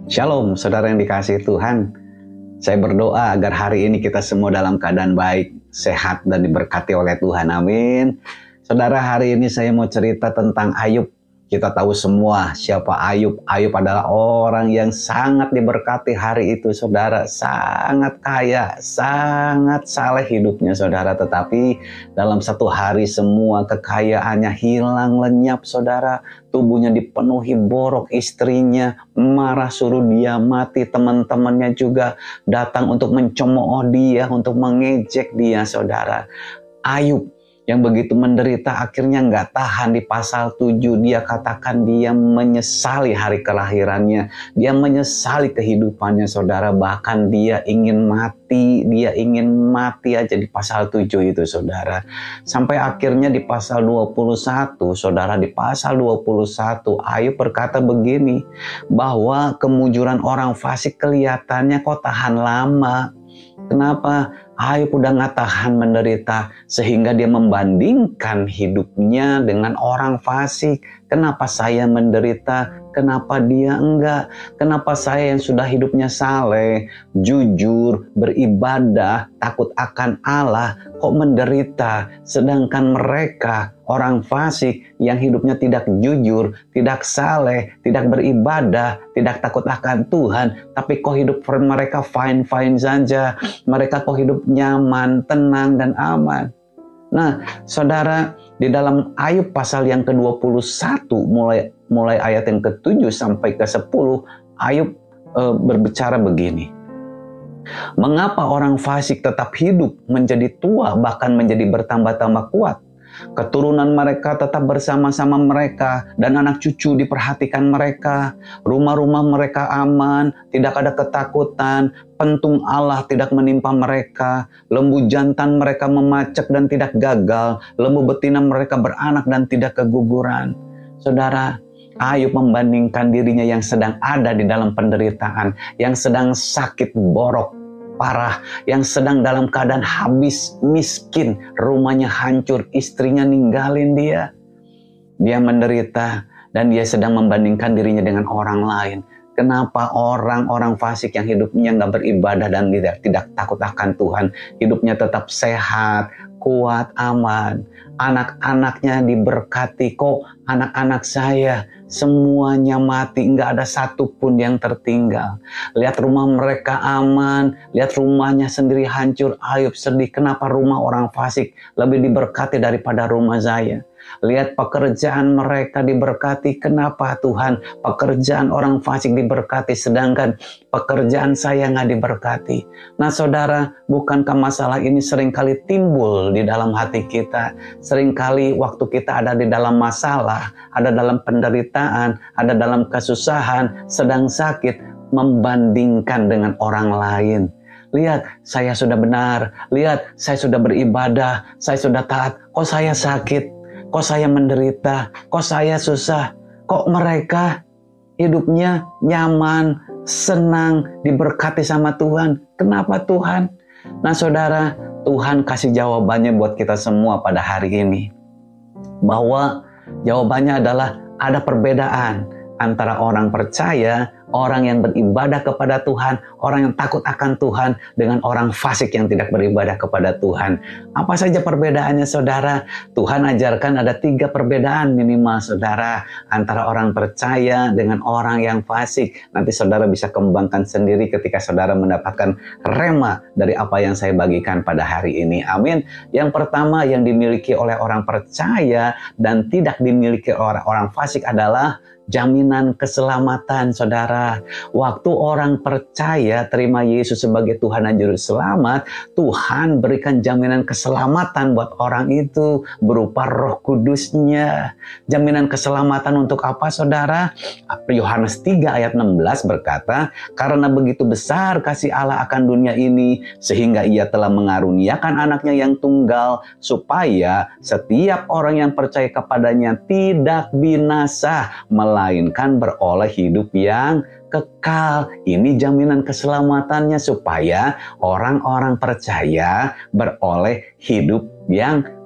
Shalom, saudara yang dikasihi Tuhan. Saya berdoa agar hari ini kita semua dalam keadaan baik, sehat, dan diberkati oleh Tuhan. Amin. Saudara, hari ini saya mau cerita tentang Ayub. Kita tahu semua siapa Ayub. Ayub adalah orang yang sangat diberkati hari itu, saudara. Sangat kaya, sangat saleh hidupnya, saudara. Tetapi dalam satu hari semua kekayaannya hilang lenyap, saudara. Tubuhnya dipenuhi borok, istrinya marah suruh dia mati. Teman-temannya juga datang untuk mencemooh dia, untuk mengejek dia, saudara. Ayub yang begitu menderita akhirnya nggak tahan. Di pasal 7 dia katakan dia menyesali hari kelahirannya. Dia menyesali kehidupannya, saudara. Bahkan dia ingin mati. Dia ingin mati aja di pasal 7 itu, saudara. Sampai akhirnya di pasal 21, saudara, di pasal 21 Ayub berkata begini, bahwa kemujuran orang fasik kelihatannya kok tahan lama. Kenapa? Ayub udah gak tahan menderita sehingga dia membandingkan hidupnya dengan orang fasik. Kenapa saya menderita? Kenapa dia enggak? Kenapa saya yang sudah hidupnya saleh, jujur, beribadah, takut akan Allah, kok menderita? Sedangkan mereka, orang fasik yang hidupnya tidak jujur, tidak saleh, tidak beribadah, tidak takut akan Tuhan, tapi kok hidup mereka fine-fine saja. Mereka kok hidup nyaman, tenang, dan aman. Nah, saudara, di dalam Ayub pasal yang ke-21, mulai ayat yang ke-7 sampai ke-10, Ayub berbicara begini. Mengapa orang fasik tetap hidup, menjadi tua, bahkan menjadi bertambah-tambah kuat? Keturunan mereka tetap bersama-sama mereka, dan anak cucu diperhatikan mereka. Rumah-rumah mereka aman, tidak ada ketakutan. Pentung Allah tidak menimpa mereka. Lembu jantan mereka memacak dan tidak gagal. Lembu betina mereka beranak dan tidak keguguran. Saudara, Ayub membandingkan dirinya yang sedang ada di dalam penderitaan, yang sedang sakit borok parah, yang sedang dalam keadaan habis, miskin, rumahnya hancur, istrinya ninggalin dia. Dia menderita dan dia sedang membandingkan dirinya dengan orang lain. Kenapa orang-orang fasik yang hidupnya nggak beribadah dan tidak takut akan Tuhan, hidupnya tetap sehat, kuat, aman. Anak-anaknya diberkati, kok anak-anak saya semuanya mati, nggak ada satupun yang tertinggal. Lihat rumah mereka aman, lihat rumahnya sendiri hancur. Ayub sedih, kenapa rumah orang fasik lebih diberkati daripada rumah saya? Lihat pekerjaan mereka diberkati, kenapa Tuhan pekerjaan orang fasik diberkati sedangkan pekerjaan saya nggak diberkati? Nah, saudara, bukankah masalah ini seringkali timbul di dalam hati kita? Seringkali waktu kita ada di dalam masalah, ada dalam penderitaan, ada dalam kesusahan, sedang sakit, membandingkan dengan orang lain. Lihat, saya sudah benar. Lihat, saya sudah beribadah. Saya sudah taat. Kok saya sakit? Kok saya menderita? Kok saya susah? Kok mereka hidupnya nyaman, senang, diberkati sama Tuhan? Kenapa Tuhan? Nah, saudara, Tuhan kasih jawabannya buat kita semua pada hari ini. Bahwa jawabannya adalah ada perbedaan antara orang percaya, orang yang beribadah kepada Tuhan, orang yang takut akan Tuhan, dengan orang fasik yang tidak beribadah kepada Tuhan. Apa saja perbedaannya, saudara? Tuhan ajarkan ada 3 perbedaan minimal, saudara, antara orang percaya dengan orang yang fasik. Nanti saudara bisa kembangkan sendiri ketika saudara mendapatkan rema dari apa yang saya bagikan pada hari ini. Amin. Yang pertama yang dimiliki oleh orang percaya dan tidak dimiliki oleh orang fasik adalah jaminan keselamatan, saudara. Waktu orang percaya terima Yesus sebagai Tuhan dan Juru Selamat, Tuhan berikan jaminan keselamatan buat orang itu berupa Roh Kudus-Nya. Jaminan keselamatan untuk apa, saudara? Yohanes 3 ayat 16 berkata, karena begitu besar kasih Allah akan dunia ini, sehingga Ia telah mengaruniakan anaknya yang tunggal, supaya setiap orang yang percaya kepadanya tidak binasa, melainkan beroleh hidup yang kekal. Ini jaminan keselamatannya supaya orang-orang percaya beroleh hidup yang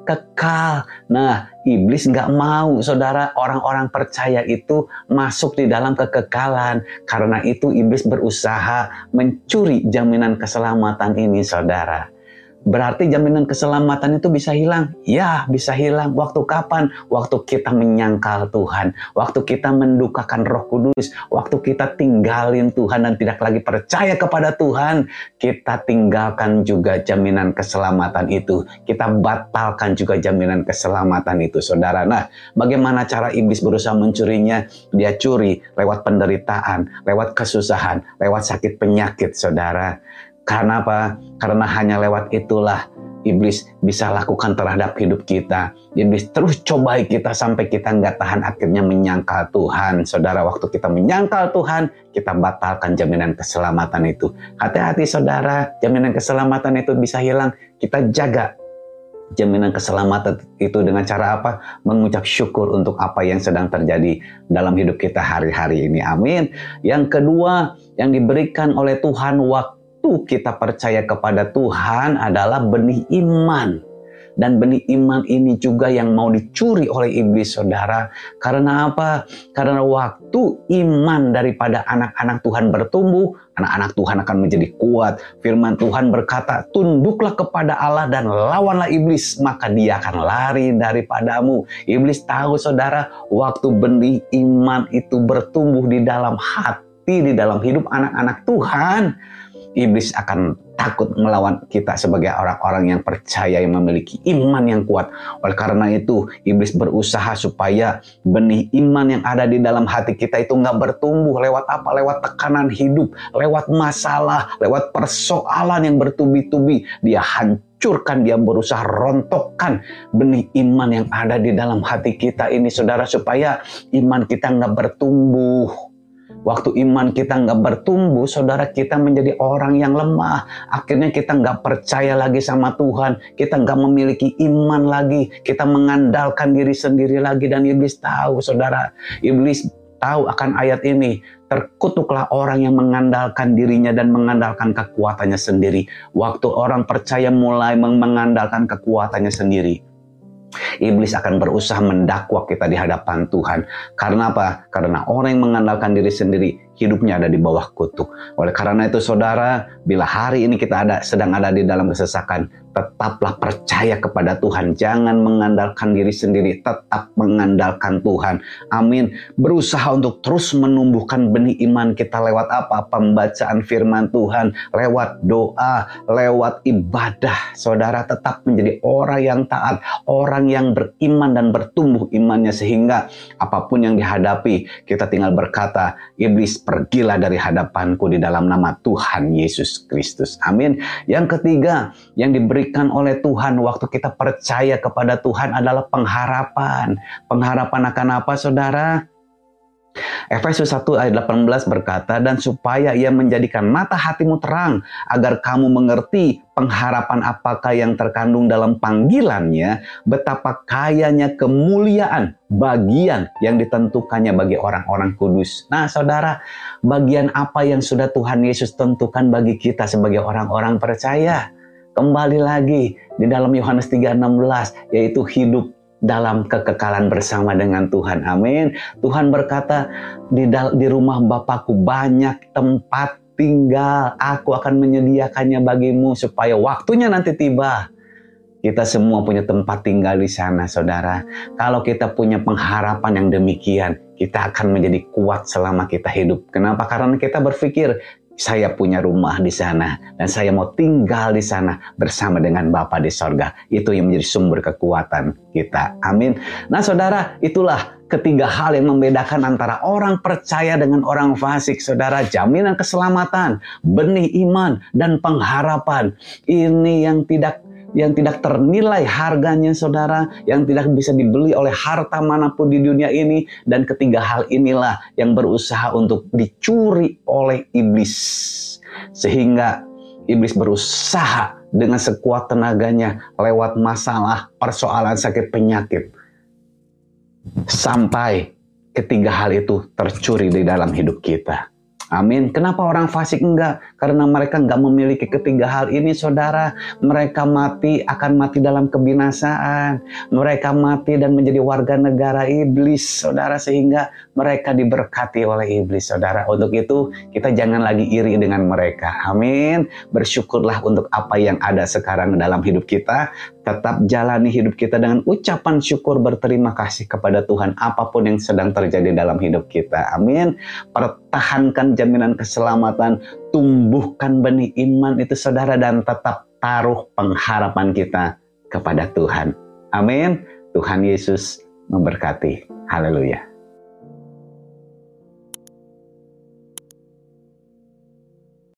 kekal. Nah, iblis nggak mau, saudara, orang-orang percaya itu masuk di dalam kekekalan. Karena itu iblis berusaha mencuri jaminan keselamatan ini, saudara. Berarti jaminan keselamatan itu bisa hilang? Ya, bisa hilang. Waktu kapan? Waktu kita menyangkal Tuhan. Waktu kita mendukakan Roh Kudus. Waktu kita tinggalin Tuhan dan tidak lagi percaya kepada Tuhan. Kita tinggalkan juga jaminan keselamatan itu. Kita batalkan juga jaminan keselamatan itu, saudara. Nah, bagaimana cara iblis berusaha mencurinya? Dia curi lewat penderitaan, lewat kesusahan, lewat sakit penyakit, saudara. Karena apa? Karena hanya lewat itulah iblis bisa lakukan terhadap hidup kita. Iblis terus cobai kita sampai kita nggak tahan, akhirnya menyangkal Tuhan. Saudara, waktu kita menyangkal Tuhan, kita batalkan jaminan keselamatan itu. Hati-hati, saudara, jaminan keselamatan itu bisa hilang. Kita jaga jaminan keselamatan itu dengan cara apa? Mengucap syukur untuk apa yang sedang terjadi dalam hidup kita hari-hari ini. Amin. Yang kedua, yang diberikan oleh Tuhan waktu kita percaya kepada Tuhan adalah benih iman. Dan benih iman ini juga yang mau dicuri oleh iblis, saudara. Karena apa? Karena waktu iman daripada anak-anak Tuhan bertumbuh, anak-anak Tuhan akan menjadi kuat. Firman Tuhan berkata, tunduklah kepada Allah dan lawanlah iblis, maka dia akan lari daripadamu. Iblis tahu, saudara, waktu benih iman itu bertumbuh di dalam hati, di dalam hidup anak-anak Tuhan, iblis akan takut melawan kita sebagai orang-orang yang percaya, yang memiliki iman yang kuat. Oleh karena itu, iblis berusaha supaya benih iman yang ada di dalam hati kita itu nggak bertumbuh. Lewat apa? Lewat tekanan hidup, lewat masalah, lewat persoalan yang bertubi-tubi. Dia hancurkan, dia berusaha rontokkan benih iman yang ada di dalam hati kita ini, saudara, supaya iman kita nggak bertumbuh. Waktu iman kita nggak bertumbuh, saudara, kita menjadi orang yang lemah. Akhirnya kita nggak percaya lagi sama Tuhan. Kita nggak memiliki iman lagi. Kita mengandalkan diri sendiri lagi. Dan iblis tahu, saudara. Iblis tahu akan ayat ini. Terkutuklah orang yang mengandalkan dirinya dan mengandalkan kekuatannya sendiri. Waktu orang percaya mulai mengandalkan kekuatannya sendiri, iblis akan berusaha mendakwa kita di hadapan Tuhan. Karena apa? Karena orang yang mengandalkan diri sendiri, hidupnya ada di bawah kutuk. Oleh karena itu, saudara, bila hari ini kita sedang ada di dalam kesesakan, tetaplah percaya kepada Tuhan. Jangan mengandalkan diri sendiri, tetap mengandalkan Tuhan. Amin. Berusaha untuk terus menumbuhkan benih iman kita lewat apa? Pembacaan firman Tuhan, lewat doa, lewat ibadah. Saudara, tetap menjadi orang yang taat, orang yang beriman dan bertumbuh imannya, sehingga apapun yang dihadapi, kita tinggal berkata, iblis, pergilah dari hadapanku di dalam nama Tuhan Yesus Kristus. Amin. Yang ketiga, yang diberikan oleh Tuhan waktu kita percaya kepada Tuhan adalah pengharapan. Pengharapan akan apa, saudara? Efesus 1 ayat 18 berkata, dan supaya ia menjadikan mata hatimu terang, agar kamu mengerti pengharapan apakah yang terkandung dalam panggilannya, betapa kayanya kemuliaan bagian yang ditentukannya bagi orang-orang kudus. Nah, saudara, bagian apa yang sudah Tuhan Yesus tentukan bagi kita sebagai orang-orang percaya? Kembali lagi di dalam Yohanes 3:16, yaitu hidup dalam kekekalan bersama dengan Tuhan. Amin. Tuhan berkata, di rumah Bapakku banyak tempat tinggal. Aku akan menyediakannya bagimu supaya waktunya nanti tiba, kita semua punya tempat tinggal di sana, saudara. Kalau kita punya pengharapan yang demikian, kita akan menjadi kuat selama kita hidup. Kenapa? Karena kita berpikir, saya punya rumah di sana dan saya mau tinggal di sana bersama dengan Bapa di sorga. Itu yang menjadi sumber kekuatan kita. Amin. Nah, saudara, itulah ketiga hal yang membedakan antara orang percaya dengan orang fasik, saudara. Jaminan keselamatan, benih iman, dan pengharapan. Ini yang tidak ternilai harganya, saudara, yang tidak bisa dibeli oleh harta manapun di dunia ini. Dan ketiga hal inilah yang berusaha untuk dicuri oleh iblis, sehingga iblis berusaha dengan sekuat tenaganya lewat masalah, persoalan, sakit, penyakit, sampai ketiga hal itu tercuri di dalam hidup kita. Amin. Kenapa orang fasik enggak? Karena mereka enggak memiliki ketiga hal ini, saudara. Mereka akan mati dalam kebinasaan. Mereka mati dan menjadi warga negara iblis, saudara. Sehingga mereka diberkati oleh iblis, saudara. Untuk itu, kita jangan lagi iri dengan mereka. Amin. Bersyukurlah untuk apa yang ada sekarang dalam hidup kita. Tetap jalani hidup kita dengan ucapan syukur, berterima kasih kepada Tuhan apapun yang sedang terjadi dalam hidup kita. Amin. Pertahankan jaminan keselamatan, tumbuhkan benih iman itu, saudara, dan tetap taruh pengharapan kita kepada Tuhan. Amin. Tuhan Yesus memberkati. Haleluya.